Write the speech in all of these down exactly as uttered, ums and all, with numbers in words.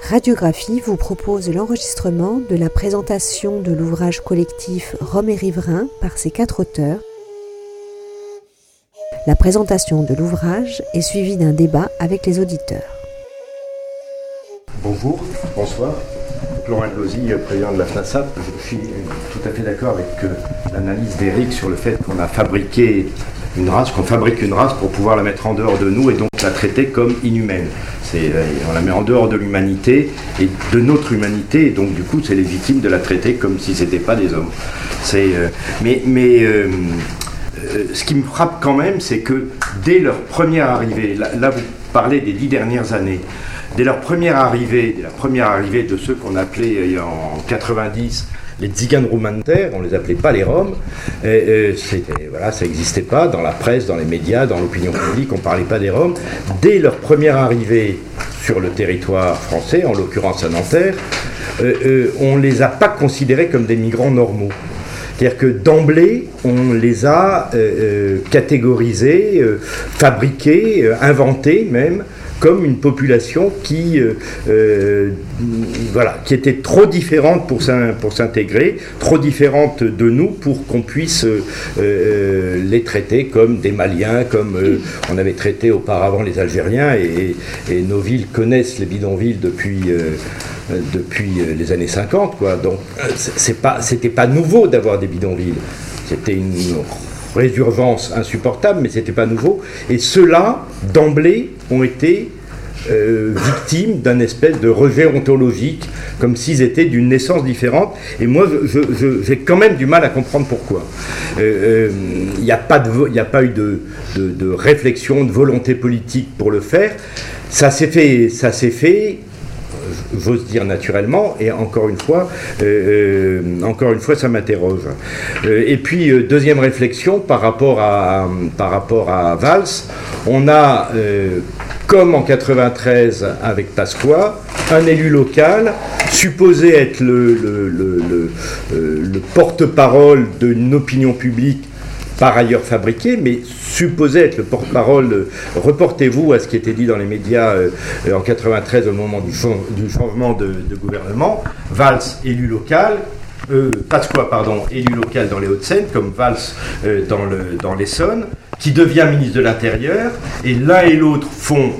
Radiographie vous propose l'enregistrement de la présentation de l'ouvrage collectif Rome et riverains par ses quatre auteurs. La présentation de l'ouvrage est suivie d'un débat avec les auditeurs. Bonjour, bonsoir. Laurent Lozy, président de la FNASAP. Je suis tout à fait d'accord avec euh, l'analyse d'Éric sur le fait qu'on a fabriqué une race, qu'on fabrique une race pour pouvoir la mettre en dehors de nous et donc la traiter comme inhumaine. C'est, euh, on la met en dehors de l'humanité et de notre humanité, et donc du coup c'est légitime de la traiter comme si c'était pas des hommes. C'est, euh, mais mais euh, euh, ce qui me frappe quand même, c'est que dès leur première arrivée, là, là vous parlez des dix dernières années, dès leur première arrivée, dès la première arrivée de ceux qu'on appelait euh, en quatre-vingt-dix les Tziganes roumantaires, on ne les appelait pas les Roms, et, et c'était, voilà, ça n'existait pas dans la presse, dans les médias, dans l'opinion publique, on ne parlait pas des Roms. Dès leur première arrivée sur le territoire français, en l'occurrence à Nanterre, euh, euh, on ne les a pas considérés comme des migrants normaux. C'est-à-dire que d'emblée, on les a euh, euh, catégorisés, euh, fabriqués, euh, inventés même, comme une population qui, euh, euh, voilà, qui était trop différente pour, s'in, pour s'intégrer, trop différente de nous pour qu'on puisse euh, euh, les traiter comme des Maliens, comme euh, on avait traité auparavant les Algériens, et, et nos villes connaissent les bidonvilles depuis... Euh, depuis les années cinquante, quoi. Donc c'est pas, c'était pas nouveau d'avoir des bidonvilles, c'était une résurgence insupportable, mais c'était pas nouveau, et ceux-là d'emblée ont été euh, victimes d'un espèce de rejet ontologique, comme s'ils étaient d'une naissance différente, et moi je, je, j'ai quand même du mal à comprendre pourquoi. Il euh, n'y euh, a pas de, il n'y a pas eu de, de, de réflexion, de volonté politique pour le faire. Ça s'est fait, ça s'est fait j'ose dire naturellement, et encore une fois, euh, euh, encore une fois, ça m'interroge. Euh, et puis, euh, deuxième réflexion, par rapport à, par rapport à Valls, on a, euh, comme en quatre-vingt-treize avec Pasqua, un élu local supposé être le, le, le, le, euh, le porte-parole d'une opinion publique par ailleurs fabriqué, mais supposé être le porte-parole. Euh, reportez-vous à ce qui était dit dans les médias euh, en quatre-vingt-treize au moment du, ch- du changement de, de gouvernement. Valls, élu local, euh, Pasqua, pardon, élu local dans les Hauts-de-Seine, comme Valls euh, dans, le, dans l'Essonne, qui devient ministre de l'Intérieur, et l'un et l'autre font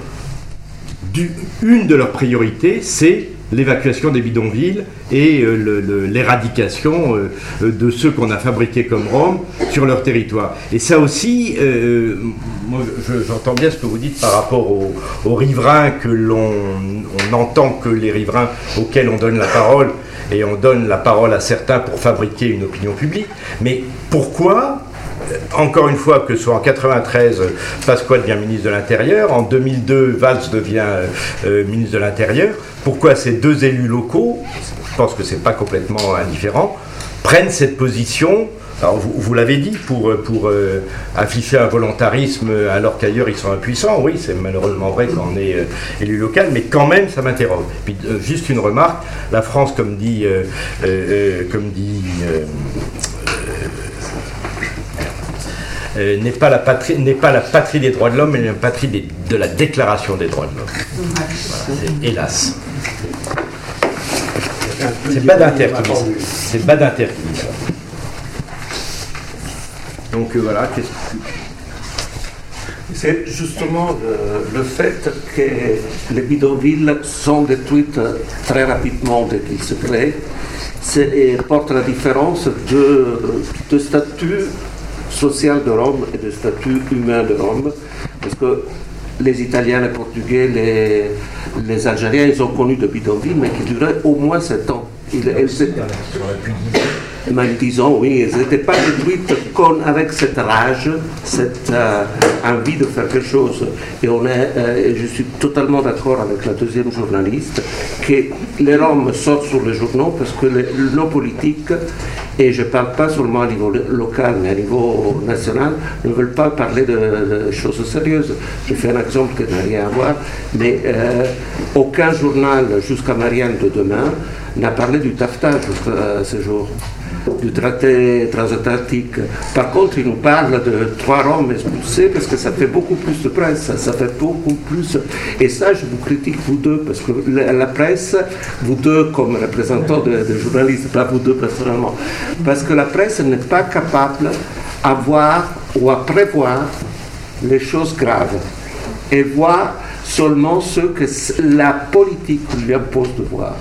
du, une de leurs priorités, c'est l'évacuation des bidonvilles et euh, le, le, l'éradication euh, de ceux qu'on a fabriqués comme Roms sur leur territoire. Et ça aussi, euh, moi je, j'entends bien ce que vous dites par rapport aux, aux riverains, que l'on on entend que les riverains auxquels on donne la parole, et on donne la parole à certains pour fabriquer une opinion publique. Mais pourquoi ? Encore une fois, que ce soit en quatre-vingt-treize, Pasqua devient ministre de l'Intérieur, en deux mille deux, Valls devient euh, ministre de l'Intérieur. Pourquoi ces deux élus locaux, je pense que c'est pas complètement indifférent, prennent cette position? Alors vous, vous l'avez dit, pour, pour euh, afficher un volontarisme alors qu'ailleurs ils sont impuissants. Oui, c'est malheureusement vrai quand on est euh, élu local, mais quand même ça m'interroge. Puis euh, juste une remarque, la France, comme dit, euh, euh, comme dit euh, Euh, n'est pas la patrie, n'est pas la patrie des droits de l'homme, mais la patrie des, de la déclaration des droits de l'homme. Voilà, c'est, hélas. C'est Badinter qui dit ça. C'est Badinter qui dit ça. Donc euh, voilà. Qu'est-ce que... C'est justement euh, le fait que les bidonvilles sont détruites très rapidement dès qu'ils se créent, c'est, et porte la différence de, de statut social de Rome et de statut humain de Rome, parce que les Italiens, les Portugais, les, les Algériens, ils ont connu de bidonvilles, mais qui duraient au moins sept ans. Ils, elles étaient, même dix ans, oui, elles n'étaient pas détruites comme avec cette rage, cette euh, envie de faire quelque chose. Et on est, euh, je suis totalement d'accord avec la deuxième journaliste, que les Roms sortent sur les journaux parce que les, nos politiques, et je ne parle pas seulement à niveau local, mais à niveau national, ne veulent pas parler de, de choses sérieuses. Je fais un exemple qui n'a rien à voir, mais euh, aucun journal, jusqu'à Marianne de demain, n'a parlé du taffetage jusqu'à ce jour. du traité transatlantique. Par contre, il nous parle de trois Roms expulsés parce que ça fait beaucoup plus de presse, ça fait beaucoup plus. Et ça, je vous critique vous deux, parce que la, la presse, vous deux comme représentants de, de journalistes, pas vous deux personnellement, parce que la presse n'est pas capable à voir ou à prévoir les choses graves et voir seulement ce que la politique lui impose de voir.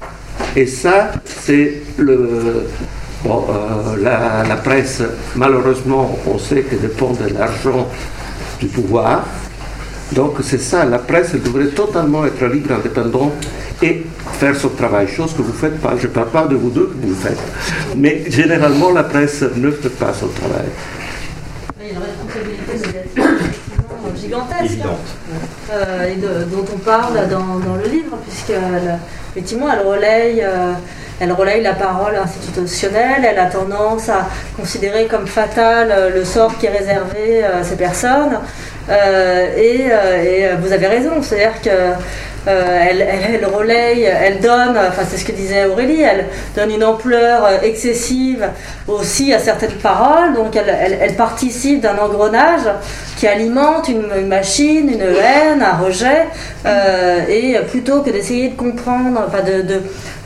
Et ça, c'est le, bon, euh, la, la presse, malheureusement, on sait qu'elle dépend de l'argent du pouvoir. Donc c'est ça, la presse elle devrait totalement être libre, indépendante et faire son travail, chose que vous ne faites pas. Je ne parle pas de vous deux que vous le faites, mais généralement la presse ne fait pas son travail. Il y a une responsabilité médiatique gigantesque, hein, euh, et de, dont on parle dans, dans le livre, puisqu'effectivement elle, elle relaye, euh, elle relaye la parole institutionnelle, elle a tendance à considérer comme fatal euh, le sort qui est réservé à ces personnes, euh, et, euh, et vous avez raison, c'est-à-dire que Euh, elle, elle, elle relaye, elle donne, enfin c'est ce que disait Aurélie, elle donne une ampleur excessive aussi à certaines paroles, donc elle, elle, elle participe d'un engrenage qui alimente une, une machine, une haine, un rejet, euh, et plutôt que d'essayer de comprendre, enfin de, de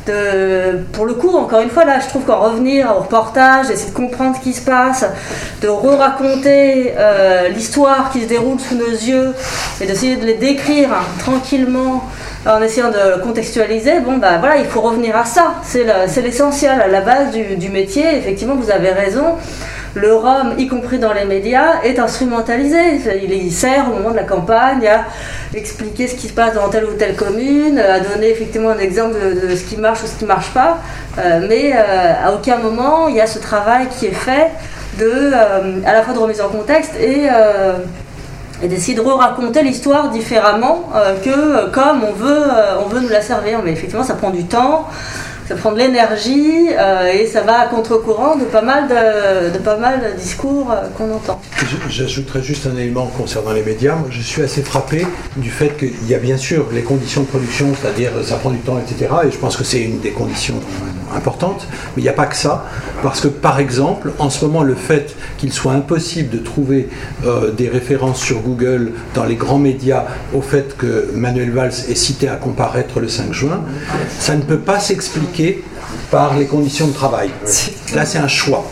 De, pour le coup, encore une fois, là, je trouve qu'en revenir au reportage, d'essayer de comprendre ce qui se passe, de re-raconter euh, l'histoire qui se déroule sous nos yeux et d'essayer de les décrire hein, tranquillement en essayant de contextualiser, bon, bah voilà, il faut revenir à ça. C'est, le, c'est l'essentiel, à la base du, du métier. Effectivement, vous avez raison. Le Rhum, y compris dans les médias, est instrumentalisé. Il, il sert au moment de la campagne à expliquer ce qui se passe dans telle ou telle commune, à donner effectivement un exemple de, de ce qui marche ou ce qui ne marche pas. Euh, mais euh, à aucun moment, il y a ce travail qui est fait de, euh, à la fois de remise en contexte et, euh, et d'essayer de re-raconter l'histoire différemment euh, que comme on veut, euh, on veut nous la servir. Mais effectivement, ça prend du temps. Ça prend de l'énergie euh, et ça va à contre-courant de pas mal de, de, pas mal de discours euh, qu'on entend. J'ajouterais juste un élément concernant les médias. Moi, je suis assez frappé du fait qu'il y a bien sûr les conditions de production, c'est-à-dire ça prend du temps, et cetera. Et je pense que c'est une des conditions importantes. Mais il n'y a pas que ça. Parce que, par exemple, en ce moment, le fait qu'il soit impossible de trouver euh, des références sur Google dans les grands médias au fait que Manuel Valls est cité à comparaître le cinq juin, ça ne peut pas s'expliquer par les conditions de travail. Là, c'est un choix.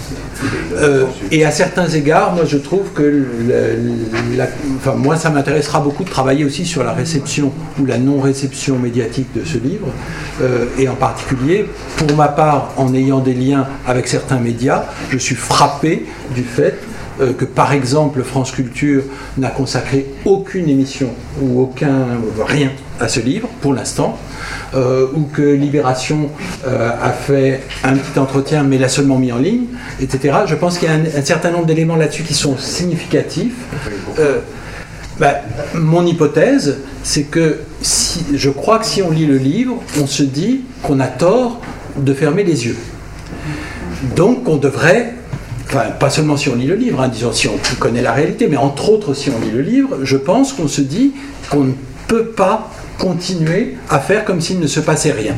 Euh, et à certains égards, moi je trouve que le, la, enfin, moi ça m'intéressera beaucoup de travailler aussi sur la réception ou la non-réception médiatique de ce livre, euh, et en particulier, pour ma part, en ayant des liens avec certains médias, je suis frappé du fait euh, que par exemple France Culture n'a consacré aucune émission ou aucun rien à ce livre pour l'instant. Euh, ou que Libération euh, a fait un petit entretien mais l'a seulement mis en ligne, et cetera. Je pense qu'il y a un, un certain nombre d'éléments là-dessus qui sont significatifs. Euh, bah, mon hypothèse, c'est que si, je crois que si on lit le livre, on se dit qu'on a tort de fermer les yeux. Donc on devrait, enfin pas seulement si on lit le livre, hein, disons si on connaît la réalité, mais entre autres si on lit le livre, je pense qu'on se dit qu'on ne peut pas continuer à faire comme s'il ne se passait rien.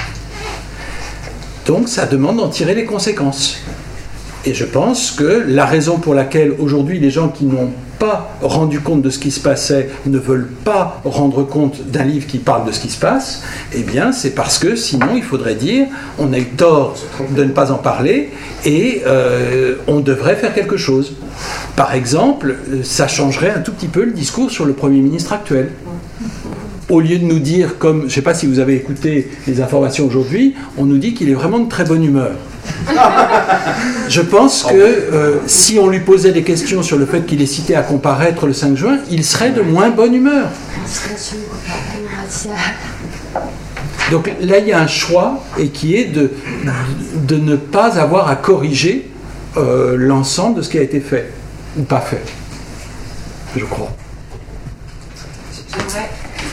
Donc ça demande d'en tirer les conséquences. Et je pense que la raison pour laquelle aujourd'hui les gens qui n'ont pas rendu compte de ce qui se passait ne veulent pas rendre compte d'un livre qui parle de ce qui se passe, eh bien c'est parce que sinon il faudrait dire on a eu tort de ne pas en parler et euh, on devrait faire quelque chose. Par exemple, ça changerait un tout petit peu le discours sur le Premier ministre actuel. Au lieu de nous dire, comme, je ne sais pas si vous avez écouté les informations aujourd'hui, on nous dit qu'il est vraiment de très bonne humeur. Je pense que euh, si on lui posait des questions sur le fait qu'il est cité à comparaître le cinq juin, il serait de moins bonne humeur. Donc là, il y a un choix, et qui est de, de ne pas avoir à corriger euh, l'ensemble de ce qui a été fait, ou pas fait, je crois. J'aimerais...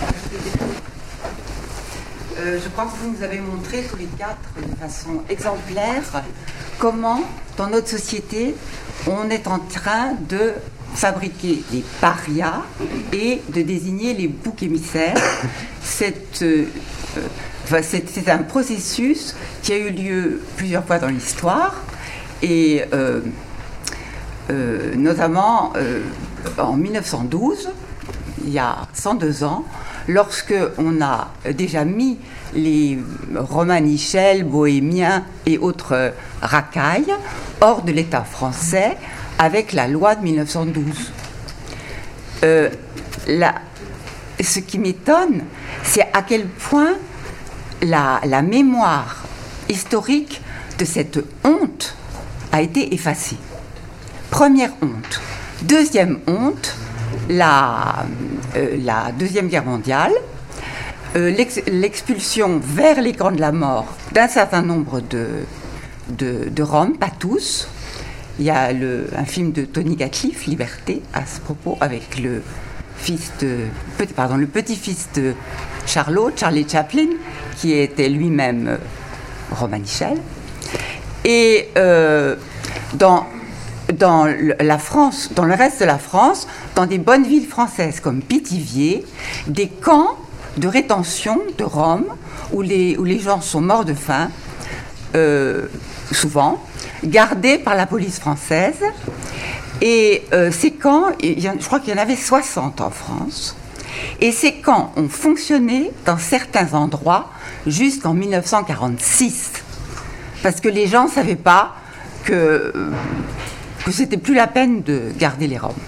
Euh, je crois que vous nous avez montré tous les quatre de façon exemplaire comment, dans notre société, on est en train de fabriquer des parias et de désigner les boucs émissaires. Cette euh, enfin, c'est, c'est un processus qui a eu lieu plusieurs fois dans l'histoire, et euh, euh, notamment euh, en mille neuf cent douze, il y a cent deux ans, lorsque on a déjà mis les romanichels, bohémiens et autres racailles hors de l'État français avec la loi de mille neuf cent douze. Euh, la, ce qui m'étonne, c'est à quel point la, la mémoire historique de cette honte a été effacée. Première honte. Deuxième honte, la, euh, la Deuxième Guerre mondiale, euh, l'ex, l'expulsion vers les camps de la mort d'un certain nombre de, de, de Roms, pas tous. Il y a le, un film de Tony Gatliff, Liberté, à ce propos, avec le fils de, pardon, le petit-fils de Charlot, Charlie Chaplin, qui était lui-même euh, romanichel. Et euh, dans, dans la France, dans le reste de la France, dans des bonnes villes françaises comme Pithiviers, des camps de rétention de Roms où les, où les gens sont morts de faim, euh, souvent, gardés par la police française. Et euh, ces camps, il y en, je crois qu'il y en avait soixante en France. Et ces camps ont fonctionné dans certains endroits jusqu'en mille neuf cent quarante-six. Parce que les gens ne savaient pas que, que c'était plus la peine de garder les Roms.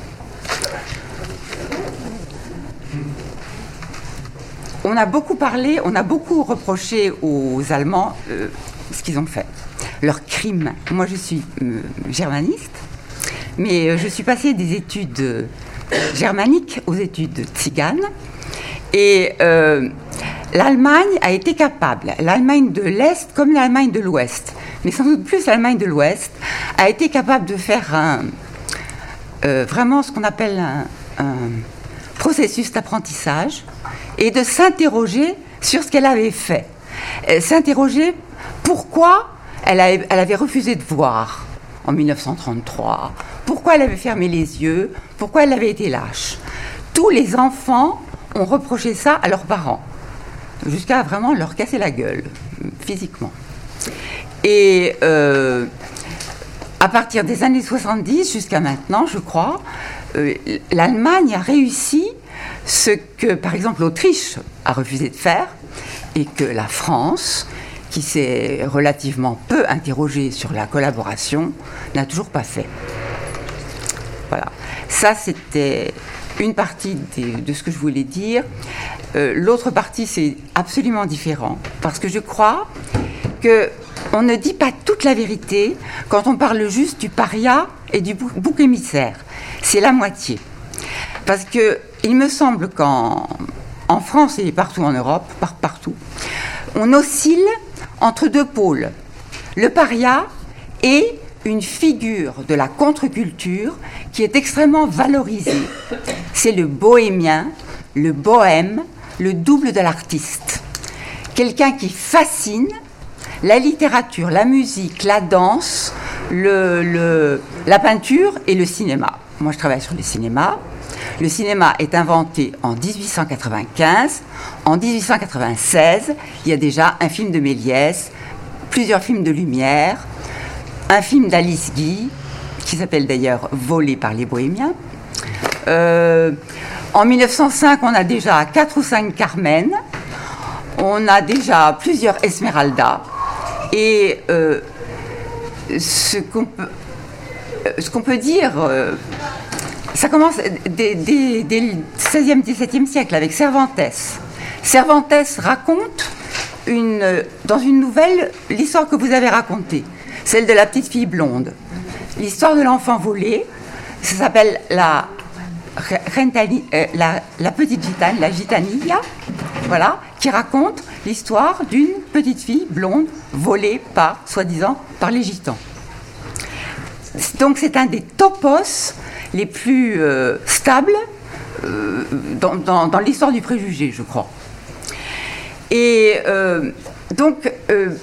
On a beaucoup parlé, on a beaucoup reproché aux Allemands euh, ce qu'ils ont fait, leurs crimes. Moi, je suis euh, germaniste, mais euh, je suis passée des études euh, germaniques aux études tziganes. Et euh, l'Allemagne a été capable, l'Allemagne de l'Est comme l'Allemagne de l'Ouest, mais sans doute plus l'Allemagne de l'Ouest, a été capable de faire un, euh, vraiment ce qu'on appelle un, un processus d'apprentissage et de s'interroger sur ce qu'elle avait fait. Euh, s'interroger pourquoi elle, a, elle avait refusé de voir en mille neuf cent trente-trois, pourquoi elle avait fermé les yeux, pourquoi elle avait été lâche. Tous les enfants ont reproché ça à leurs parents, jusqu'à vraiment leur casser la gueule, physiquement. Et euh, à partir des années soixante-dix jusqu'à maintenant, je crois, euh, l'Allemagne a réussi ce que, par exemple, l'Autriche a refusé de faire, et que la France, qui s'est relativement peu interrogée sur la collaboration, n'a toujours pas fait. Voilà. Ça, c'était une partie de, de ce que je voulais dire. Euh, l'autre partie, c'est absolument différent, parce que je crois qu'on ne dit pas toute la vérité quand on parle juste du paria et du bouc, bouc émissaire. C'est la moitié. Parce qu'il me semble qu'en en France et partout en Europe, par, partout, on oscille entre deux pôles. Le paria et une figure de la contre-culture qui est extrêmement valorisée. C'est le bohémien, le bohème, le double de l'artiste. Quelqu'un qui fascine la littérature, la musique, la danse, le, le, la peinture et le cinéma. Moi, je travaille sur le cinéma. Le cinéma est inventé en dix-huit cent quatre-vingt-quinze. En dix-huit cent quatre-vingt-seize, il y a déjà un film de Méliès, plusieurs films de Lumière, un film d'Alice Guy, qui s'appelle d'ailleurs « Volé par les Bohémiens ». Euh, en mille neuf cent cinq, on a déjà quatre ou cinq Carmen, on a déjà plusieurs Esmeralda, et euh, ce qu'on peut, ce qu'on peut dire, euh, ça commence dès, dès, dès le seizième dix-septième siècle avec Cervantes. Cervantes raconte une, dans une nouvelle l'histoire que vous avez racontée, celle de la petite fille blonde. L'histoire de l'enfant volé, ça s'appelle la, Rentani, euh, la, la petite gitane, la gitanilla, voilà, qui raconte l'histoire d'une petite fille blonde volée par, soi-disant, par les gitans. Donc c'est un des topos les plus euh, stables euh, dans, dans, dans l'histoire du préjugé, je crois. Et euh, donc, euh,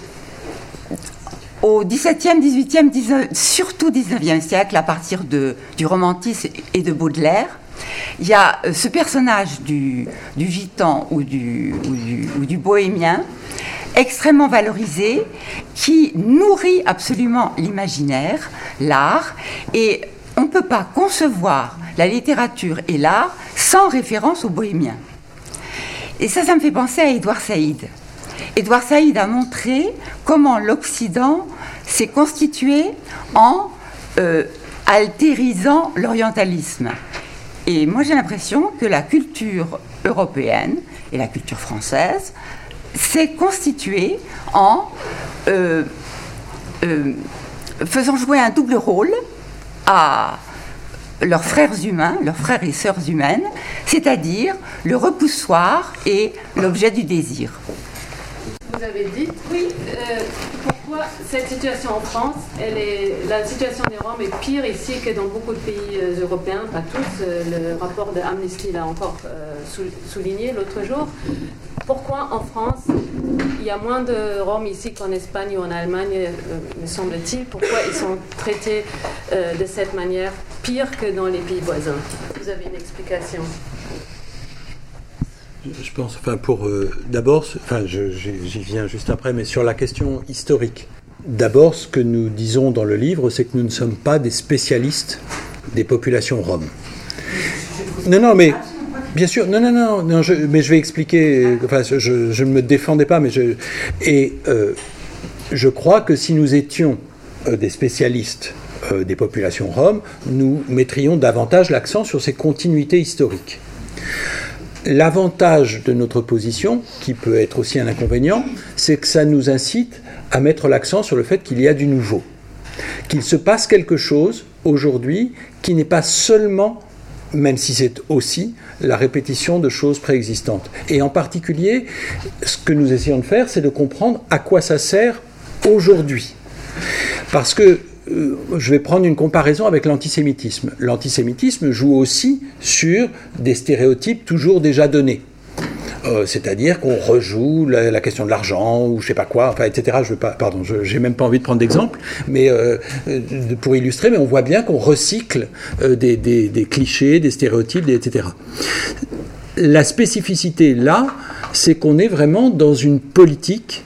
au dix-septième, dix-huitième, dix-neuvième, surtout dix-neuvième siècle, à partir de, du romantisme et de Baudelaire, il y a ce personnage du, du gitan ou du, ou, du, ou du bohémien extrêmement valorisé, qui nourrit absolument l'imaginaire, l'art, et on ne peut pas concevoir la littérature et l'art sans référence aux bohémiens. Et ça, ça me fait penser à Édouard Saïd. Édouard Saïd a montré comment l'Occident s'est constitué en euh, altérisant l'orientalisme. Et moi, j'ai l'impression que la culture européenne et la culture française s'est constituée en euh, euh, faisant jouer un double rôle à leurs frères humains, leurs frères et sœurs humaines, c'est-à-dire le repoussoir et l'objet du désir. Vous avez dit, oui, euh, pourquoi cette situation en France, elle est, la situation des Roms est pire ici que dans beaucoup de pays euh, européens, pas tous. Euh, le rapport de Amnesty l'a encore euh, sou, souligné l'autre jour. Pourquoi en France, il y a moins de Roms ici qu'en Espagne ou en Allemagne, euh, me semble-t-il? Pourquoi ils sont traités euh, de cette manière pire que dans les pays voisins? Vous avez une explication? Je pense, enfin, pour euh, d'abord, enfin, je, j'y viens juste après, mais sur la question historique. D'abord, ce que nous disons dans le livre, c'est que nous ne sommes pas des spécialistes des populations roms. Non, non, mais bien sûr, non, non, non, non je, mais je vais expliquer. Enfin, je, je ne me défendais pas, mais je et euh, je crois que si nous étions euh, des spécialistes euh, des populations roms, nous mettrions davantage l'accent sur ces continuités historiques. L'avantage de notre position, qui peut être aussi un inconvénient, c'est que ça nous incite à mettre l'accent sur le fait qu'il y a du nouveau, qu'il se passe quelque chose aujourd'hui qui n'est pas seulement, même si c'est aussi, la répétition de choses préexistantes. Et en particulier, ce que nous essayons de faire, c'est de comprendre à quoi ça sert aujourd'hui. Parce que je vais prendre une comparaison avec l'antisémitisme. L'antisémitisme joue aussi sur des stéréotypes toujours déjà donnés. Euh, c'est-à-dire qu'on rejoue la, la question de l'argent ou je sais pas quoi, enfin, et cetera. Je veux pas, pardon, je, j'ai même pas envie de prendre d'exemple, mais euh, pour illustrer, mais on voit bien qu'on recycle euh, des, des, des clichés, des stéréotypes, des, et cetera. La spécificité là, c'est qu'on est vraiment dans une politique.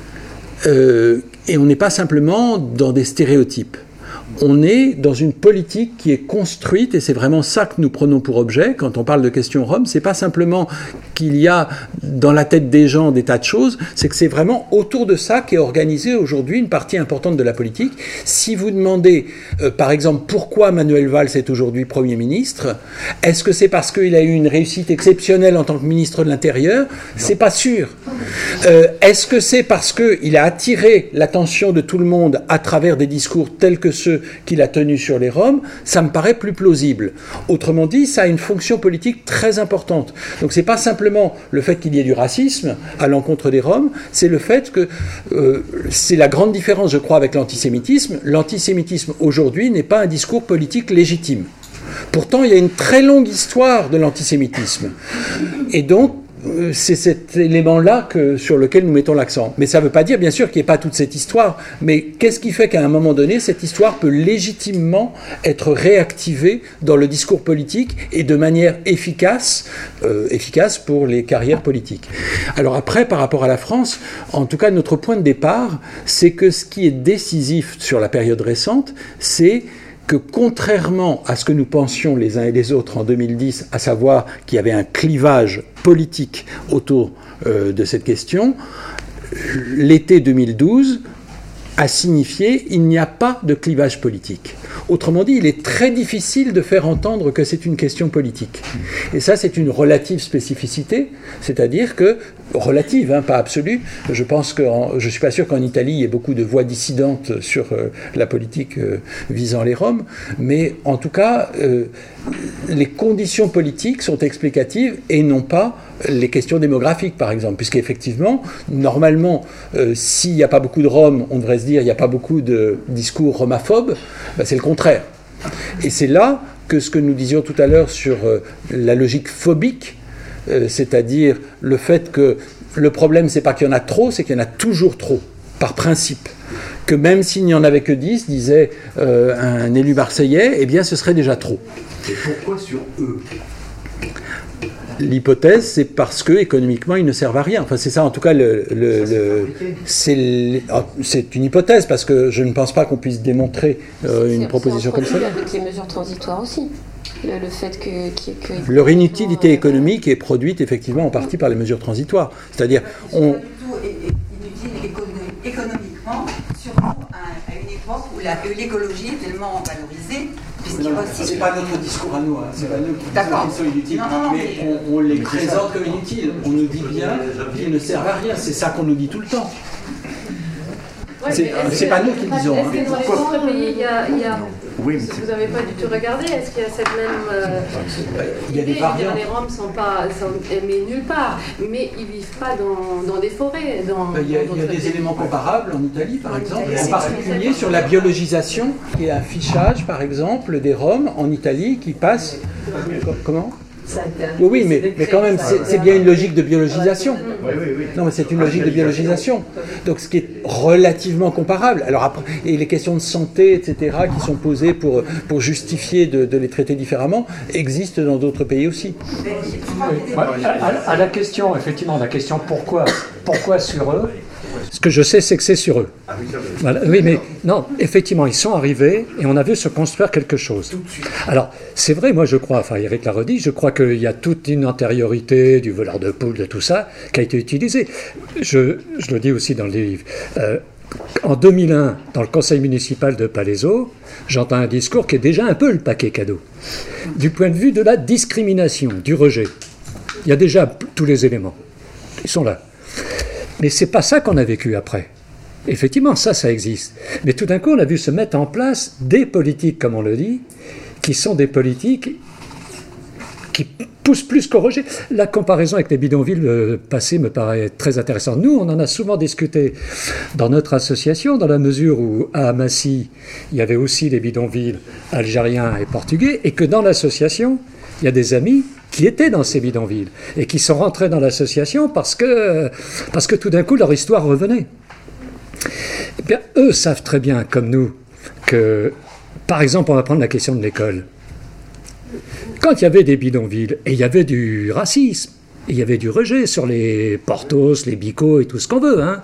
Euh, Et on n'est pas simplement dans des stéréotypes. On est dans une politique qui est construite, et c'est vraiment ça que nous prenons pour objet quand on parle de questions roms. C'est pas simplement qu'il y a dans la tête des gens des tas de choses, c'est que c'est vraiment autour de ça qu'est organisée aujourd'hui une partie importante de la politique. Si vous demandez, euh, par exemple, pourquoi Manuel Valls est aujourd'hui Premier ministre, est-ce que c'est parce qu'il a eu une réussite exceptionnelle en tant que ministre de l'Intérieur? C'est pas sûr. Euh, est-ce que c'est parce qu'il a attiré l'attention de tout le monde à travers des discours tels que ceux qu'il a tenus sur les Roms? Ça me paraît plus plausible. Autrement dit, ça a une fonction politique très importante. Donc c'est pas simplement le fait qu'il y ait du racisme à l'encontre des Roms, c'est le fait que euh, c'est la grande différence, je crois, avec l'antisémitisme. L'antisémitisme aujourd'hui n'est pas un discours politique légitime. Pourtant, il y a une très longue histoire de l'antisémitisme. Et donc, c'est cet élément-là que, sur lequel nous mettons l'accent. Mais ça ne veut pas dire, bien sûr, qu'il n'y ait pas toute cette histoire. Mais qu'est-ce qui fait qu'à un moment donné, cette histoire peut légitimement être réactivée dans le discours politique et de manière efficace, euh, efficace pour les carrières politiques. Alors après, par rapport à la France, en tout cas, notre point de départ, c'est que ce qui est décisif sur la période récente, c'est que contrairement à ce que nous pensions les uns et les autres en deux mille dix, à savoir qu'il y avait un clivage politique autour euh, de cette question, l'été deux mille douze a signifié il n'y a pas de clivage politique. Autrement dit, il est très difficile de faire entendre que c'est une question politique. Et ça, c'est une relative spécificité, c'est-à-dire que, relative, hein, pas absolue, je pense que, en, je ne suis pas sûr qu'en Italie, il y ait beaucoup de voix dissidentes sur euh, la politique euh, visant les Roms, mais en tout cas, euh, les conditions politiques sont explicatives et non pas les questions démographiques, par exemple, puisqu'effectivement, normalement, euh, s'il n'y a pas beaucoup de Roms, on devrait se dire il n'y a pas beaucoup de discours romaphobes, ben, c'est le contraire. Et c'est là que ce que nous disions tout à l'heure sur euh, la logique phobique, euh, c'est-à-dire le fait que le problème, c'est pas qu'il y en a trop, c'est qu'il y en a toujours trop, par principe. Que même s'il n'y en avait que dix, disait euh, un élu marseillais, eh bien ce serait déjà trop. Et pourquoi sur eux ? L'hypothèse, c'est parce que économiquement, ils ne servent à rien. Enfin, c'est ça, en tout cas, le, le, le, c'est, le, c'est une hypothèse, parce que je ne pense pas qu'on puisse démontrer euh, une proposition comme ça. Avec les mesures transitoires aussi. Le, le fait que, que, que leur inutilité euh, économique est produite effectivement en partie par les mesures transitoires. C'est-à-dire, on... pas du tout inutile économiquement, surtout à, à une époque où la, l'écologie est tellement valorisée. Non, aussi... C'est pas notre discours à nous, hein. C'est pas nous qui disons qu'ils sont inutiles, non, non, mais, mais on, on les présente comme inutiles. On nous dit bien qu'ils ne servent à rien. C'est ça qu'on nous dit tout le temps. Ouais, c'est c'est pas nous qui le disons. Est-ce que dans les autres pays, il y a, il y a oui, vous n'avez pas du tout regardé, est-ce qu'il y a cette même euh, il y a des variantes. Les Roms sont pas sont aimés nulle part, mais ils vivent pas dans, dans des forêts. Dans, il y a, dans il y a des pays. éléments comparables en Italie, par en exemple, Italie, en particulier sur la biologisation et un fichage, par exemple, des Roms en Italie qui passent. Comment ? Oui, oui, mais, mais quand même, c'est, c'est bien une logique de biologisation. Oui, oui, oui. Non, mais c'est une logique de biologisation. Donc, ce qui est relativement comparable. Alors après, et les questions de santé, et cetera, qui sont posées pour, pour justifier de, de les traiter différemment, existent dans d'autres pays aussi. Oui. À, à la question, effectivement, la question pourquoi, pourquoi sur eux ? Ce que je sais, c'est que c'est sur eux. Voilà. Oui, mais non, effectivement, ils sont arrivés et on a vu se construire quelque chose. Alors, c'est vrai, moi je crois, enfin Eric l'a redit, je crois qu'il y a toute une antériorité du voleur de poule, de tout ça, qui a été utilisée. Je, je le dis aussi dans le livre. Euh, en deux mille un, dans le conseil municipal de Palaiseau, j'entends un discours qui est déjà un peu le paquet cadeau. Du point de vue de la discrimination, du rejet. Il y a déjà tous les éléments. Ils sont là. Mais c'est pas ça qu'on a vécu après. Effectivement, ça, ça existe. Mais tout d'un coup, on a vu se mettre en place des politiques, comme on le dit, qui sont des politiques qui poussent plus qu'au rejet. La comparaison avec les bidonvilles passés me paraît très intéressante. Nous, on en a souvent discuté dans notre association, dans la mesure où à Massy, il y avait aussi les bidonvilles algériens et portugais, et que dans l'association, il y a des amis qui étaient dans ces bidonvilles et qui sont rentrés dans l'association parce que, parce que tout d'un coup, leur histoire revenait. Eh bien, eux savent très bien, comme nous, que, par exemple, on va prendre la question de l'école. Quand il y avait des bidonvilles, et il y avait du racisme, et il y avait du rejet sur les Portos, les Bicots et tout ce qu'on veut, hein,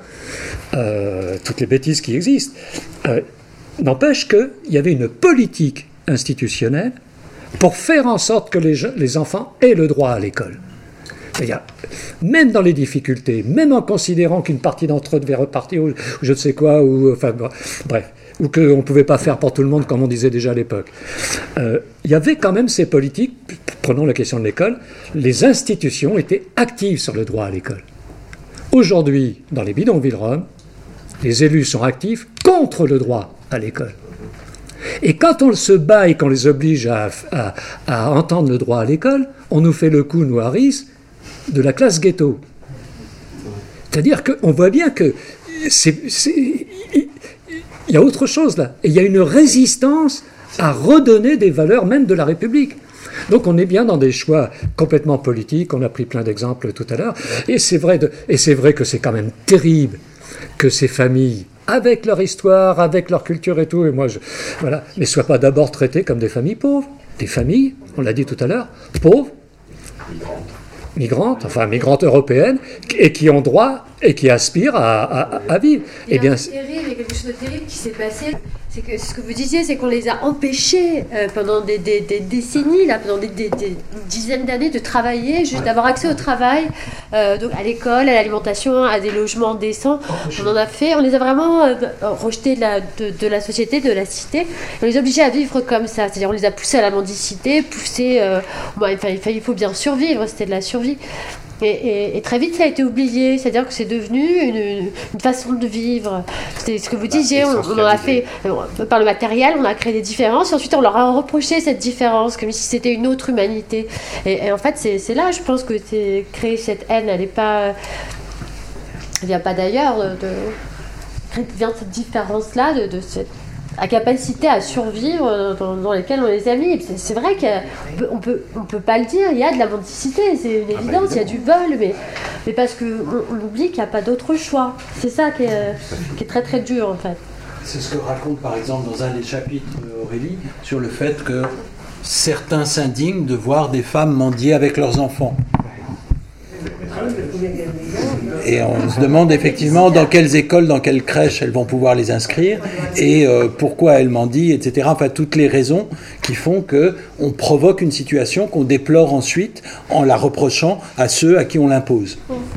euh, toutes les bêtises qui existent, euh, n'empêche qu'il y avait une politique institutionnelle pour faire en sorte que les, les enfants aient le droit à l'école. C'est-à-dire, même dans les difficultés, même en considérant qu'une partie d'entre eux devait repartir, ou, ou je ne sais quoi, ou enfin bref, ou qu'on ne pouvait pas faire pour tout le monde, comme on disait déjà à l'époque. Euh, il y avait quand même ces politiques, prenons la question de l'école, les institutions étaient actives sur le droit à l'école. Aujourd'hui, dans les bidonvilles roms, les élus sont actifs contre le droit à l'école. Et quand on se bat et qu'on les oblige à, à, à entendre le droit à l'école, on nous fait le coup noiris de la classe ghetto. C'est-à-dire qu'on voit bien que c'est, c'est, il y a autre chose là. Et il y a une résistance à redonner des valeurs même de la République. Donc on est bien dans des choix complètement politiques, on a pris plein d'exemples tout à l'heure, et c'est vrai, de, et c'est vrai que c'est quand même terrible que ces familles, avec leur histoire, avec leur culture et tout, et moi, je, voilà, ne soient pas d'abord traitées comme des familles pauvres. Des familles, on l'a dit tout à l'heure, pauvres, migrantes, migrantes enfin migrantes européennes, et qui ont droit et qui aspirent à, à, à vivre. Il y a, eh bien, terrible, il y a quelque chose de terrible qui s'est passé. C'est que ce que vous disiez, c'est qu'on les a empêchés euh, pendant des, des, des décennies, là, pendant des, des, des dizaines d'années, de travailler, juste d'avoir accès au travail, euh, donc à l'école, à l'alimentation, à des logements décents. On en a fait, on les a vraiment euh, rejetés de la, de, de la société, de la cité. On les a obligés à vivre comme ça, c'est-à-dire on les a poussés à la mendicité, poussés. Euh, bon, enfin, il faut bien survivre, c'était de la survie. Et, et, et très vite, ça a été oublié, c'est-à-dire que c'est devenu une, une façon de vivre. C'est ce que vous disiez, on, on en a fait, par le matériel, on a créé des différences, et ensuite on leur a reproché cette différence, comme si c'était une autre humanité. Et, et en fait, c'est, c'est là, je pense, que c'est créer cette haine, elle n'est pas... Elle vient pas d'ailleurs, de, de, vient de cette différence-là, de, de cette la capacité à survivre dans, dans lesquelles on les a mis. C'est, c'est vrai qu'on peut, on peut pas le dire, il y a de la mendicité, c'est une évidence, il y a du vol, mais, mais parce qu'on on oublie qu'il n'y a pas d'autre choix. C'est ça qui est, qui est très très dur en fait. C'est ce que raconte par exemple dans un des chapitres Aurélie sur le fait que certains s'indignent de voir des femmes mendier avec leurs enfants. Et on se demande effectivement dans quelles écoles, dans quelles crèches elles vont pouvoir les inscrire et euh, pourquoi elles mendient, et cetera. Enfin, toutes les raisons qui font qu'on provoque une situation qu'on déplore ensuite en la reprochant à ceux à qui on l'impose.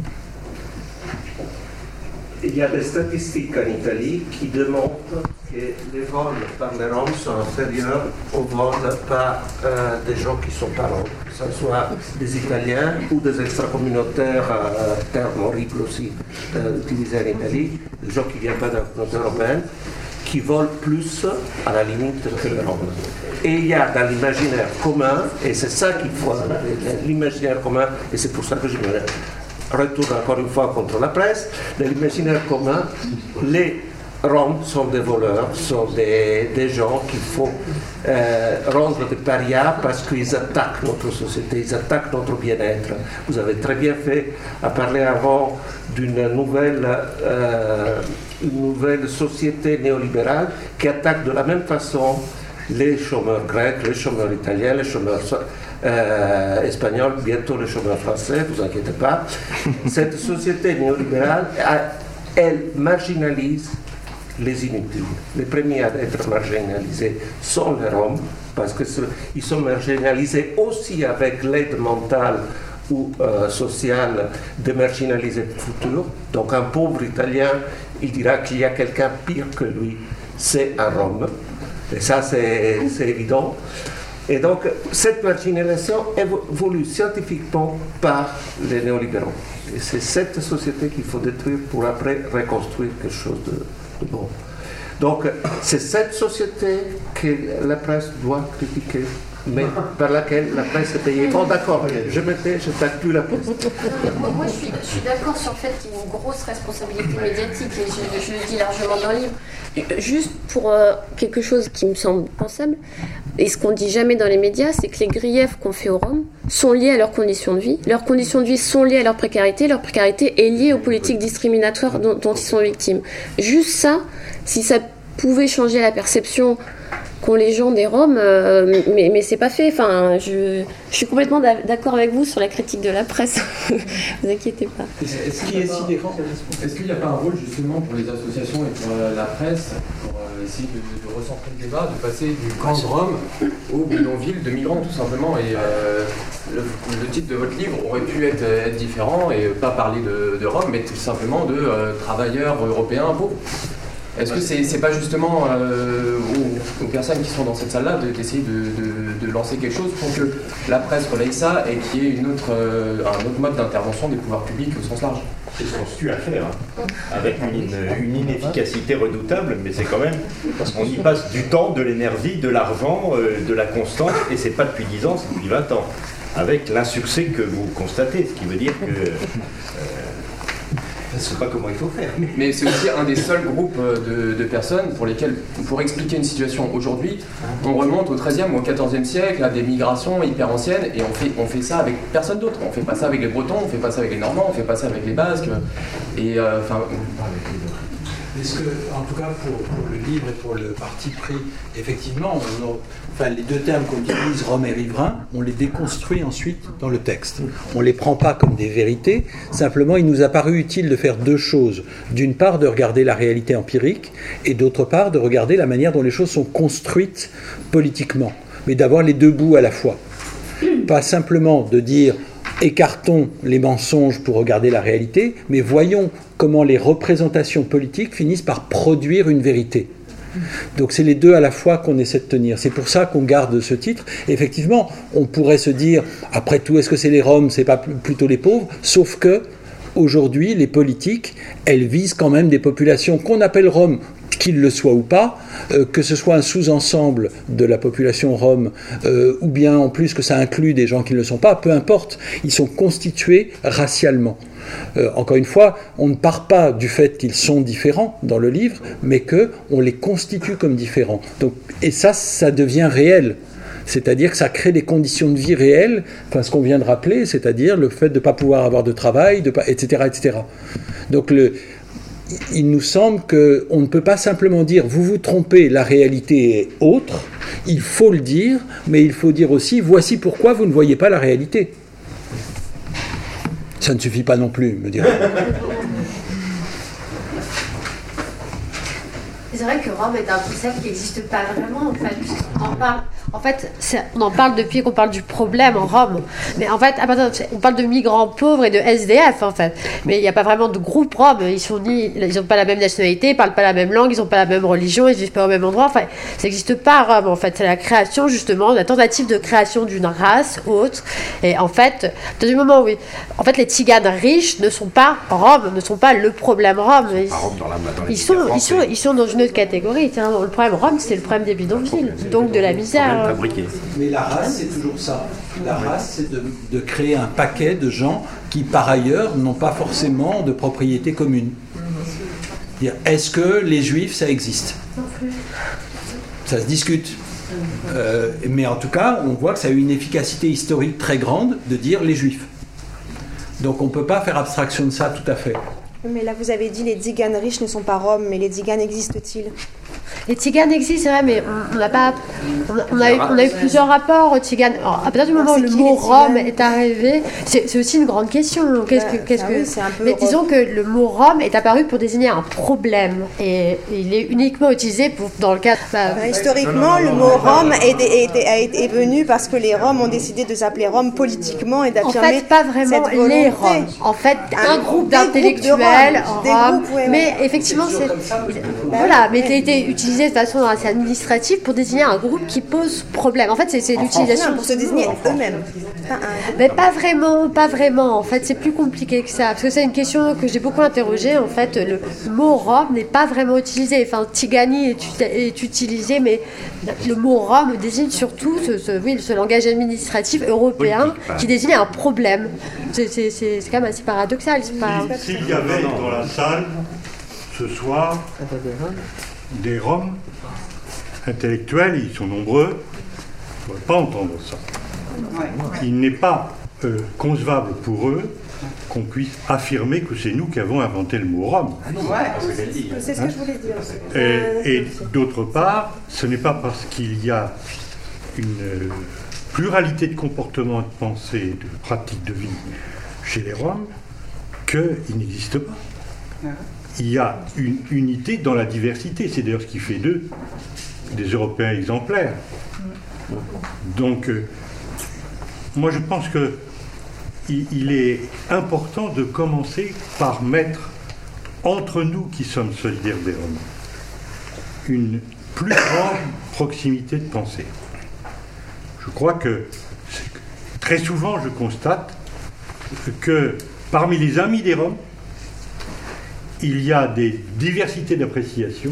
Il y a des statistiques en Italie qui démontrent que les vols par les Roms sont inférieurs aux vols par euh, des gens qui sont pas Roms, que ce soit des Italiens ou des extracommunautaires, euh, terme horrible aussi euh, utilisé en Italie, des gens qui ne viennent pas de la communauté européenne, qui volent plus à la limite que les Roms. Et il y a dans l'imaginaire commun, et c'est ça qu'il faut, l'imaginaire commun, et c'est pour ça que je me retourne encore une fois contre la presse, dans l'imaginaire commun, les Roms sont des voleurs, sont des, des gens qu'il faut euh, rendre des parias parce qu'ils attaquent notre société, ils attaquent notre bien-être. Vous avez très bien fait à parler avant d'une nouvelle, euh, une nouvelle société néolibérale qui attaque de la même façon les chômeurs grecs, les chômeurs italiens, les chômeurs euh, espagnols, bientôt les chômeurs français, ne vous inquiétez pas. Cette société néolibérale, elle marginalise les inutiles. Les premiers à être marginalisés sont les Roms, parce qu'ils sont marginalisés aussi avec l'aide mentale ou euh, sociale des marginalisés futurs. Donc un pauvre Italien, il dira qu'il y a quelqu'un pire que lui, c'est un Rome. Et ça, c'est évident. Et donc, cette marginalisation est voulue scientifiquement par les néolibéraux. Et c'est cette société qu'il faut détruire pour après reconstruire quelque chose de bon. Donc, c'est cette société que la presse doit critiquer, mais par laquelle la presse est payée. Bon, d'accord, je me tais, je n'attaque plus la presse. Moi, je suis, je suis d'accord sur le fait qu'il y a une grosse responsabilité médiatique, et je, je le dis largement dans le livre. Juste pour euh, quelque chose qui me semble pensable, et ce qu'on ne dit jamais dans les médias, c'est que les griefs qu'on fait aux Roms sont liés à leurs conditions de vie. Leurs conditions de vie sont liées à leur précarité. Leur précarité est liée aux politiques discriminatoires dont, dont ils sont victimes. Juste ça, si ça pouvait changer la perception qu'ont les gens des Roms, euh, mais, mais c'est pas fait. Enfin, je, je suis complètement d'accord avec vous sur la critique de la presse. Vous inquiétez pas. Est-ce qu'il n'y a pas un rôle justement pour les associations et pour euh, la presse pour euh, essayer de, de recentrer le débat, de passer du camp de Rome au bidonville de migrants tout simplement, et euh, le, le titre de votre livre aurait pu être, être différent et pas parler de, de Rome, mais tout simplement de euh, travailleurs européens pauvres. Est-ce que c'est c'est pas justement euh, aux, aux personnes qui sont dans cette salle-là d'essayer de, de, de lancer quelque chose pour que la presse relaye ça et qu'il y ait une autre, euh, un autre mode d'intervention des pouvoirs publics au sens large? C'est ce qu'on se tue à faire, hein, avec une, une inefficacité redoutable, mais c'est quand même, parce qu'on y passe du temps, de l'énergie, de l'argent, euh, de la constance, et c'est pas depuis dix ans, c'est depuis vingt ans, avec l'insuccès que vous constatez, ce qui veut dire que... Euh, je ne sais pas comment il faut faire. Mais c'est aussi un des seuls groupes de, de personnes pour lesquelles, pour expliquer une situation aujourd'hui, on remonte au treizième ou au quatorzième siècle à des migrations hyper anciennes, et on fait, on fait ça avec personne d'autre. On ne fait pas ça avec les Bretons, on ne fait pas ça avec les Normands, on ne fait pas ça avec les Basques. Et euh, enfin. Est-ce que, en tout cas, pour, pour le livre et pour le parti pris, effectivement, on a, enfin, les deux termes qu'on utilise, Rome et riverain, on les déconstruit ensuite dans le texte. On ne les prend pas comme des vérités, simplement il nous a paru utile de faire deux choses. D'une part, de regarder la réalité empirique, et d'autre part, de regarder la manière dont les choses sont construites politiquement, mais d'avoir les deux bouts à la fois. Pas simplement de dire écartons les mensonges pour regarder la réalité, mais voyons comment les représentations politiques finissent par produire une vérité. Donc c'est les deux à la fois qu'on essaie de tenir. C'est pour ça qu'on garde ce titre. Et effectivement, on pourrait se dire, après tout, est-ce que c'est les Roms, c'est pas plutôt les pauvres? Sauf que, aujourd'hui, les politiques, elles visent quand même des populations qu'on appelle Roms, qu'ils le soient ou pas, euh, que ce soit un sous-ensemble de la population rome, euh, ou bien en plus que ça inclut des gens qui ne le sont pas, peu importe, ils sont constitués racialement. Euh, encore une fois, on ne part pas du fait qu'ils sont différents dans le livre, mais qu'on les constitue comme différents. Donc, et ça, ça devient réel. C'est-à-dire que ça crée des conditions de vie réelles, enfin ce qu'on vient de rappeler, c'est-à-dire le fait de ne pas pouvoir avoir de travail, de pas, et cetera, et cetera. Donc le... il nous semble qu'on ne peut pas simplement dire « vous vous trompez, la réalité est autre », il faut le dire, mais il faut dire aussi « voici pourquoi vous ne voyez pas la réalité ». Ça ne suffit pas non plus, me direz. C'est vrai que Rome est un concept qui n'existe pas vraiment, en fait. On en parle, en fait, on en parle depuis qu'on parle du problème en Rome. Mais en fait, on parle de migrants pauvres et de S D F, en fait. Mais il n'y a pas vraiment de groupe Rome. Ils sont ni, ils n'ont pas la même nationalité, ils ne parlent pas la même langue, ils n'ont pas la même religion, ils ne vivent pas au même endroit. Enfin, ça n'existe pas Rome, en fait. C'est la création, justement, la tentative de création d'une race autre. Et en fait, dans du moment où, oui, en fait, les Tziganes riches ne sont pas Rome, ne sont pas le problème Rome. Ils, Rome dans la, dans ils, sont, ils, sont, ils sont dans une autre catégorie. Tiens, le problème Rome, c'est le problème des bidonvilles, donc de la misère. Mais la race, c'est toujours ça. La race, c'est de, de créer un paquet de gens qui, par ailleurs, n'ont pas forcément de propriété commune. Est-ce que les juifs, ça existe? Ça se discute. Euh, mais en tout cas, on voit que ça a eu une efficacité historique très grande de dire les juifs. Donc on ne peut pas faire abstraction de ça tout à fait. Mais là, vous avez dit les tziganes riches ne sont pas roms, mais les tziganes existent-ils? Les tziganes existent, c'est vrai, mais on n'a pas. On a, on, a eu, on a eu plusieurs rapports aux tziganes. Alors, à partir du moment où le mot Rome est arrivé, c'est, c'est aussi une grande question. Qu'est-ce que, qu'est-ce que... Oui, mais disons que le mot Rome est apparu pour désigner un problème. Et il est uniquement utilisé pour, dans le cadre. Bah, bah, historiquement, le mot Rome est, est, est, est, est venu parce que les Roms ont décidé de s'appeler Rome politiquement et d'affirmer. En fait, pas vraiment cette volonté. Les Roms. En fait, un, un groupe d'intellectuels Rome. Rome groupes, ouais, mais ouais. Effectivement, c'est. Bah, voilà, mais qui a été utilisé de façon assez administrative pour désigner un groupe qui pose problème. En fait, c'est, c'est l'utilisation pour se désigner eux-mêmes. Mais pas vraiment, pas vraiment. En fait, c'est plus compliqué que ça, parce que c'est une question que j'ai beaucoup interrogée. En fait, le mot Rome n'est pas vraiment utilisé. Enfin, Tigani est, est utilisé, mais le mot Rome désigne surtout ce, ce, oui, ce langage administratif européen qui désigne un problème. C'est, c'est, c'est, c'est quand même assez paradoxal. C'est pas... S'il y avait dans la salle ce soir des Roms intellectuels, ils sont nombreux, on ne va pas entendre ça. Il n'est pas euh, concevable pour eux qu'on puisse affirmer que c'est nous qui avons inventé le mot Rome. C'est ce que je voulais dire. Et, et d'autre part, ce n'est pas parce qu'il y a une pluralité de comportements, de pensée, de pratiques de vie chez les Roms qu'il n'existe pas. Il y a une unité dans la diversité. C'est d'ailleurs ce qui fait d'eux des Européens exemplaires. Donc, euh, moi je pense que il, il est important de commencer par mettre entre nous qui sommes solidaires des Roms une plus grande proximité de pensée. Je crois que très souvent je constate que parmi les amis des Roms, il y a des diversités d'appréciation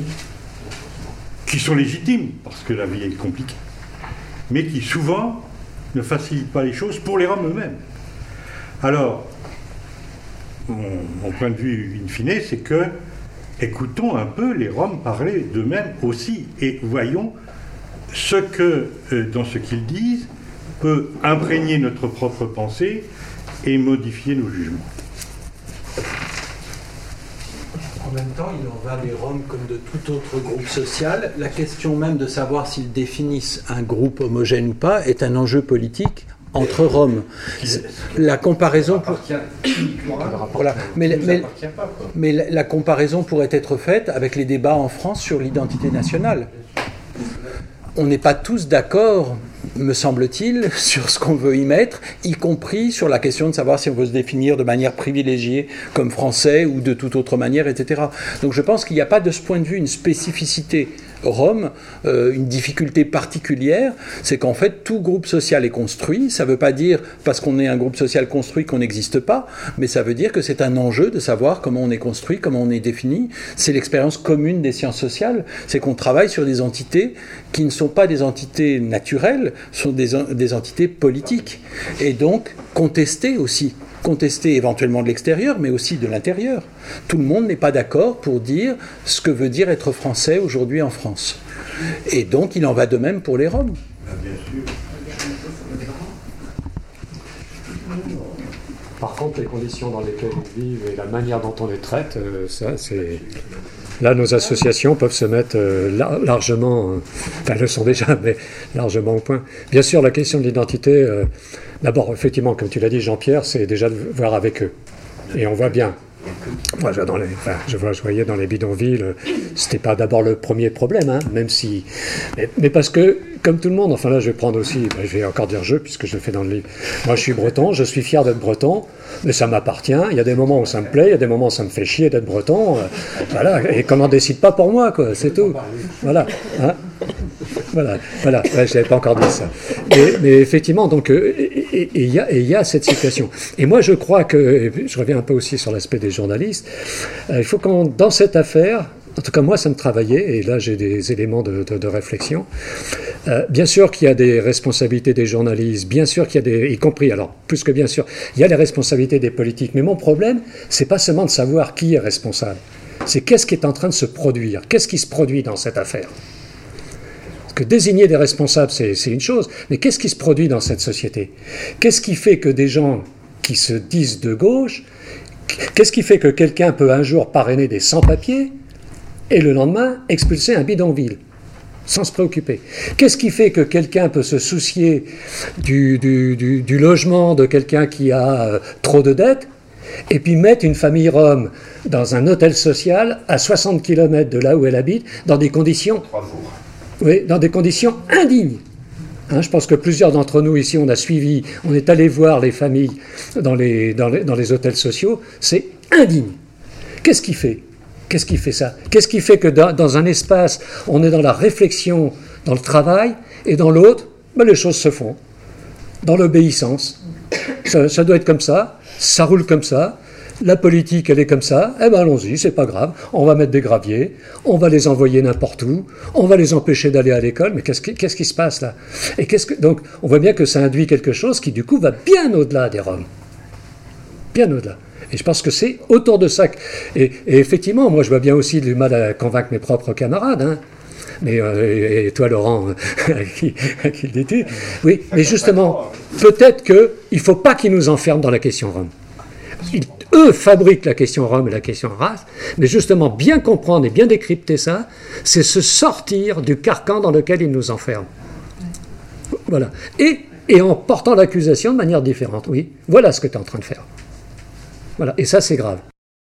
qui sont légitimes, parce que la vie est compliquée, mais qui souvent ne facilitent pas les choses pour les Roms eux-mêmes. Alors, mon, mon point de vue in fine, c'est que écoutons un peu les Roms parler d'eux-mêmes aussi, et voyons ce que, euh, dans ce qu'ils disent, peut imprégner notre propre pensée et modifier nos jugements. En même temps, il en va des Roms comme de tout autre groupe social. La question même de savoir s'ils définissent un groupe homogène ou pas est un enjeu politique entre Roms. La comparaison pour... voilà. mais, mais, mais la, la comparaison pourrait être faite avec les débats en France sur l'identité nationale. On n'est pas tous d'accord, me semble-t-il, sur ce qu'on veut y mettre, y compris sur la question de savoir si on veut se définir de manière privilégiée comme français ou de toute autre manière, et cetera. Donc je pense qu'il n'y a pas de ce point de vue une spécificité Rome, euh, une difficulté particulière, c'est qu'en fait tout groupe social est construit. Ça ne veut pas dire parce qu'on est un groupe social construit qu'on n'existe pas, mais ça veut dire que c'est un enjeu de savoir comment on est construit, comment on est défini. C'est l'expérience commune des sciences sociales, c'est qu'on travaille sur des entités qui ne sont pas des entités naturelles, sont des, des entités politiques, et donc contestées aussi. Contester éventuellement de l'extérieur, mais aussi de l'intérieur. Tout le monde n'est pas d'accord pour dire ce que veut dire être français aujourd'hui en France. Et donc, il en va de même pour les Roms. Bien sûr. Par contre, les conditions dans lesquelles ils vivent et la manière dont on les traite, euh, ça, c'est... Là, nos associations peuvent se mettre euh, lar- largement, euh, enfin, elles le sont déjà, mais largement au point. Bien sûr, la question de l'identité, euh, d'abord, effectivement, comme tu l'as dit, Jean-Pierre, c'est déjà de voir avec eux. Et on voit bien. Moi, je, dans les, enfin, je, vois, je voyais dans les bidonvilles, c'était pas d'abord le premier problème, hein, même si. Mais, mais parce que, comme tout le monde, enfin là, je vais prendre aussi, ben, je vais encore dire je, puisque je le fais dans le livre. Moi, je suis breton, je suis fier d'être breton, mais ça m'appartient. Il y a des moments où ça me plaît, il y a des moments où ça me fait chier d'être breton. Euh, voilà, et qu'on n'en décide pas pour moi, quoi, c'est tout. Voilà. Hein. Voilà, voilà. Ouais, je n'avais pas encore dit ça. Mais, mais effectivement, donc, euh, et il y, y a cette situation. Et moi, je crois que, je reviens un peu aussi sur l'aspect des journalistes, euh, il faut qu'on, dans cette affaire, en tout cas moi, ça me travaillait, et là j'ai des éléments de, de, de réflexion. Euh, bien sûr qu'il y a des responsabilités des journalistes, bien sûr qu'il y a des, y compris, alors plus que bien sûr, il y a les responsabilités des politiques. Mais mon problème, c'est pas seulement de savoir qui est responsable, c'est qu'est-ce qui est en train de se produire, qu'est-ce qui se produit dans cette affaire. Parce que désigner des responsables, c'est, c'est une chose, mais qu'est-ce qui se produit dans cette société? Qu'est-ce qui fait que des gens qui se disent de gauche, qu'est-ce qui fait que quelqu'un peut un jour parrainer des sans-papiers et le lendemain expulser un bidonville, sans se préoccuper? Qu'est-ce qui fait que quelqu'un peut se soucier du, du, du, du logement de quelqu'un qui a euh, trop de dettes et puis mettre une famille rome dans un hôtel social à soixante kilomètres de là où elle habite, dans des conditions... Trois jours. Oui, dans des conditions indignes. Hein, je pense que plusieurs d'entre nous ici, on a suivi, on est allé voir les familles dans les, dans les, dans les hôtels sociaux, c'est indigne. Qu'est-ce qui fait Qu'est-ce qui fait ça? Qu'est-ce qui fait que dans, dans un espace, on est dans la réflexion, dans le travail, et dans l'autre, ben, les choses se font, dans l'obéissance. Ça, ça doit être comme ça, ça roule comme ça. La politique, elle est comme ça, eh ben allons-y, c'est pas grave, on va mettre des graviers, on va les envoyer n'importe où, on va les empêcher d'aller à l'école, mais qu'est-ce qui, qu'est-ce qui se passe là? Et qu'est-ce que, donc, on voit bien que ça induit quelque chose qui, du coup, va bien au-delà des Roms. Bien au-delà. Et je pense que c'est autour de ça que... Et, et effectivement, moi, je vois bien aussi du mal à convaincre mes propres camarades, hein. Mais, euh, et toi, Laurent, à qui, à qui le dis-tu? Oui, mais justement, peut-être qu'il ne faut pas qu'ils nous enferment dans la question Rome. Ils, eux fabriquent la question Rome et la question race, mais justement, bien comprendre et bien décrypter ça, c'est se sortir du carcan dans lequel ils nous enferment. Voilà. Et, et en portant l'accusation de manière différente. Oui, voilà ce que tu es en train de faire. Voilà. Et ça, c'est grave.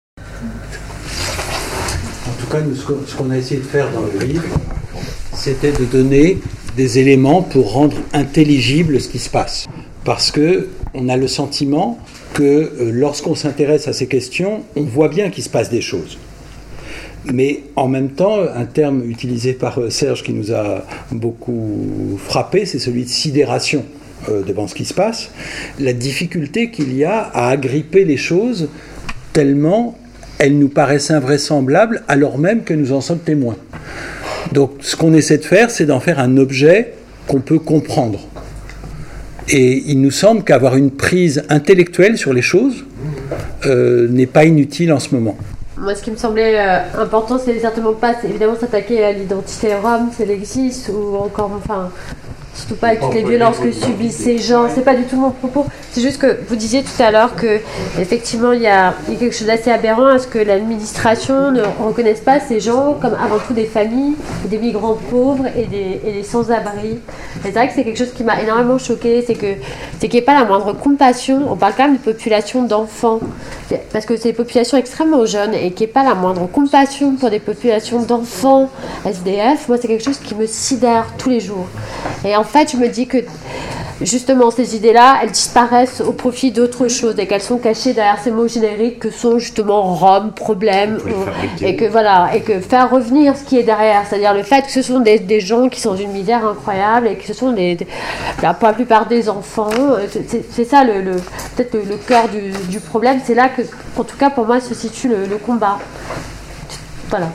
En tout cas, nous, ce qu'on a essayé de faire dans le livre, c'était de donner des éléments pour rendre intelligible ce qui se passe. Parce qu'on a le sentiment que euh, lorsqu'on s'intéresse à ces questions, on voit bien qu'il se passe des choses. Mais en même temps, un terme utilisé par euh, Serge qui nous a beaucoup frappé, c'est celui de sidération euh, devant ce qui se passe. La difficulté qu'il y a à agripper les choses tellement elles nous paraissent invraisemblables alors même que nous en sommes témoins. Donc ce qu'on essaie de faire, c'est d'en faire un objet qu'on peut comprendre. Et il nous semble qu'avoir une prise intellectuelle sur les choses euh, n'est pas inutile en ce moment. Moi, ce qui me semblait euh, important, c'est certainement pas, c'est évidemment s'attaquer à l'identité rome, si elle existe, ou encore, enfin, surtout pas avec toutes les violences que subissent ces gens. C'est pas du tout mon propos. C'est juste que vous disiez tout à l'heure que, effectivement, il y a, il y a quelque chose d'assez aberrant à ce que l'administration ne reconnaisse pas ces gens comme avant tout des familles, des migrants pauvres et des, et des sans-abri. Et c'est vrai que c'est quelque chose qui m'a énormément choquée, c'est que c'est qu'il n'y ait pas la moindre compassion. On parle quand même de population d'enfants, parce que c'est des populations extrêmement jeunes, et qu'il n'y ait pas la moindre compassion pour des populations d'enfants S D F. Moi, c'est quelque chose qui me sidère tous les jours. Et en fait, je me dis que justement, ces idées-là, elles disparaissent au profit d'autres choses et qu'elles sont cachées derrière ces mots génériques que sont justement Rome, problème, ou, et que voilà, et que faire revenir ce qui est derrière, c'est-à-dire le fait que ce sont des, des gens qui sont dans une misère incroyable et que ce sont des, des, la, pour la plupart des enfants. C'est, c'est ça le, le peut-être le, le cœur du, du problème. C'est là que, en tout cas pour moi, se situe le, le combat. Voilà.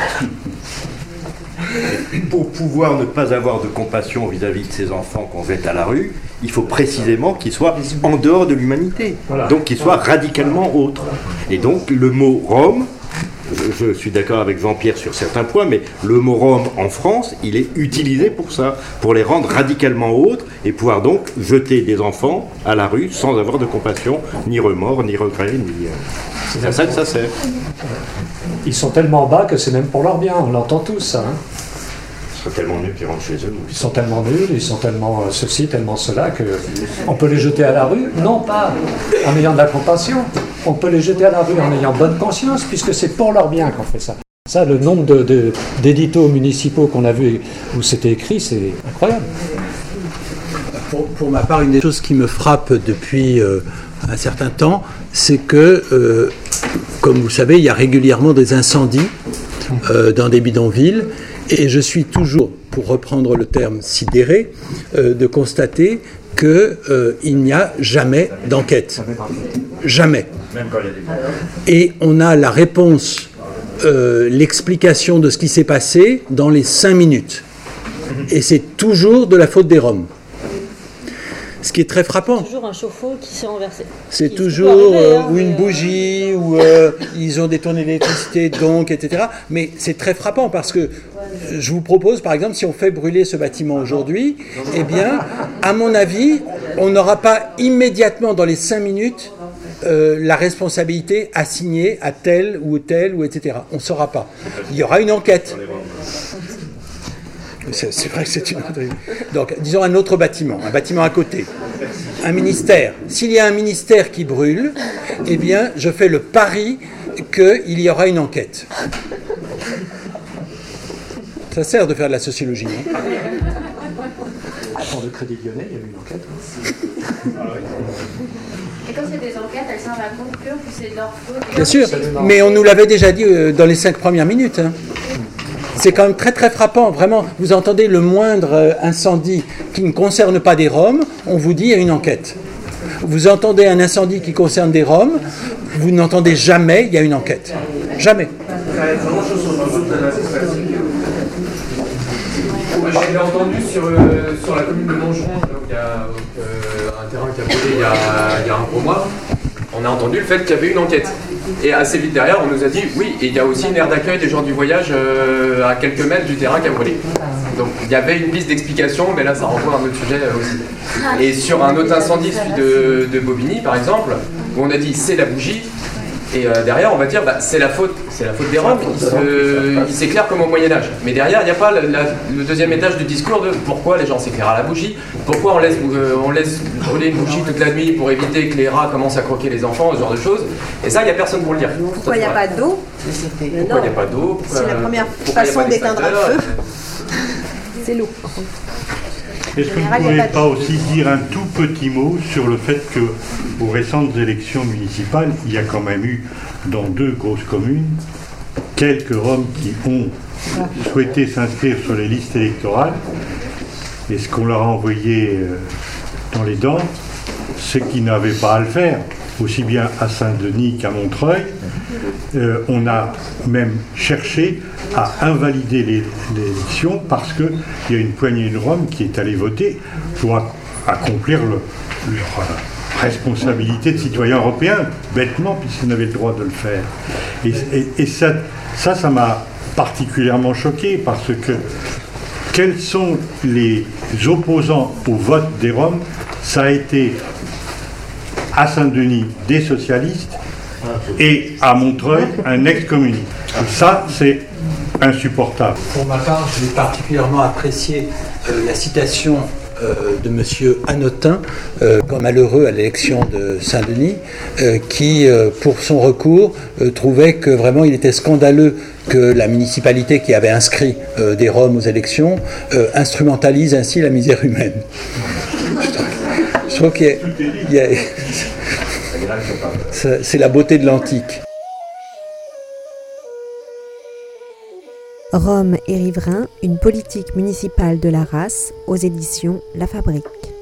Pour pouvoir ne pas avoir de compassion vis-à-vis de ces enfants qu'on jette à la rue, il faut précisément qu'ils soient en dehors de l'humanité, voilà. Donc qu'ils soient radicalement autres. Et donc le mot Rome, je suis d'accord avec Jean-Pierre sur certains points, mais le mot Rome en France, il est utilisé pour ça, pour les rendre radicalement autres et pouvoir donc jeter des enfants à la rue sans avoir de compassion, ni remords, ni regrets, ni... C'est à ça que ça sert. Ils sont tellement bas que c'est même pour leur bien, on l'entend tous, ça. Hein. Ils sont tellement nuls qu'ils rentrent chez eux. Ils sont tellement nuls, ils sont tellement ceci, tellement cela, qu'on peut les jeter à la rue, non pas en ayant de la compassion, on peut les jeter à la rue en ayant bonne conscience, puisque c'est pour leur bien qu'on fait ça. Ça, le nombre de, de, d'éditos municipaux qu'on a vu où c'était écrit, c'est incroyable. Pour, pour ma part, une des choses qui me frappe depuis euh, un certain temps, c'est que, euh, comme vous le savez, il y a régulièrement des incendies euh, dans des bidonvilles, et je suis toujours, pour reprendre le terme sidéré, euh, de constater qu'il euh, n'y a jamais d'enquête. Jamais. Même quand il y a des... Et on a la réponse, euh, l'explication de ce qui s'est passé dans les cinq minutes. Et c'est toujours de la faute des Roms. Ce qui est très frappant. C'est toujours un chauffe-eau qui s'est renversé. C'est qui toujours arriver, euh, hein, ou une mais... bougie, ou euh, ils ont détourné l'électricité, donc, et cetera. Mais c'est très frappant parce que je vous propose, par exemple, si on fait brûler ce bâtiment aujourd'hui, eh bien, à mon avis, on n'aura pas immédiatement dans les cinq minutes euh, la responsabilité assignée à tel ou tel, ou et cetera. On ne saura pas. Il y aura une enquête. C'est, c'est vrai que c'est une autre... Donc, disons un autre bâtiment, un bâtiment à côté, un ministère. S'il y a un ministère qui brûle, eh bien, je fais le pari qu'il y aura une enquête. Ça sert de faire de la sociologie. Hein. Pour le Crédit Lyonnais, il y a eu une enquête. Et quand c'est des enquêtes, elles servent à conclure que c'est de leur faute. Bien sûr, mais on nous l'avait déjà dit euh, dans les cinq premières minutes. Hein. C'est quand même très très frappant, vraiment. Vous entendez le moindre incendie qui ne concerne pas des Roms, on vous dit il y a une enquête. Vous entendez un incendie qui concerne des Roms, vous n'entendez jamais il y a une enquête. Jamais. Je l'ai entendu sur, euh, sur la commune de Montgeron, il y a euh, un terrain qui a brûlé il y a, il y a un gros mois. On a entendu le fait qu'il y avait une enquête. Et assez vite derrière, on nous a dit oui, et il y a aussi une aire d'accueil des gens du voyage euh, à quelques mètres du terrain qui a brûlé. Donc il y avait une piste d'explication, mais là ça renvoie à un autre sujet euh, aussi. Et sur un autre incendie, celui de, de Bobigny par exemple, où on a dit c'est la bougie, et euh, derrière on va dire bah, c'est la faute, c'est la faute des Roms, il, se, il s'éclaire comme au Moyen-Âge. Mais derrière il n'y a pas la, la, le deuxième étage du discours de pourquoi les gens s'éclairent à la bougie, pourquoi on laisse, euh, on laisse brûler une bougie toute la nuit pour éviter que les rats commencent à croquer les enfants, ce genre de choses. Et ça il n'y a personne pour le dire. Pourquoi il n'y a pas d'eau? Pourquoi il n'y a pas d'eau? C'est la première façon d'éteindre un feu. C'est l'eau. Est-ce que vous ne pouvez pas aussi dire un tout petit mot sur le fait qu'aux récentes élections municipales, il y a quand même eu, dans deux grosses communes, quelques Roms qui ont souhaité s'inscrire sur les listes électorales, et ce qu'on leur a envoyé dans les dents, c'est qu'ils n'avaient pas à le faire, aussi bien à Saint-Denis qu'à Montreuil. Euh, on a même cherché à invalider les, l'élection parce qu'il y a une poignée de Roms qui est allée voter pour accomplir le, leur responsabilité de citoyen européen, bêtement, puisqu'ils n'avaient le droit de le faire. Et, et, et ça, ça, ça m'a particulièrement choqué parce que quels sont les opposants au vote des Roms? Ça a été à Saint-Denis des socialistes et à Montreuil un ex-communiste. Et ça, c'est insupportable. Pour ma part, j'ai particulièrement apprécié euh, la citation euh, de M. Hanotin, euh, comme malheureux à l'élection de Saint-Denis, euh, qui, euh, pour son recours, euh, trouvait que vraiment il était scandaleux que la municipalité qui avait inscrit euh, des Roms aux élections euh, instrumentalise ainsi la misère humaine. Je trouve, je trouve qu'il y a... Il y a c'est la beauté de l'antique. Rome et riverains, une politique municipale de la race, aux éditions La Fabrique.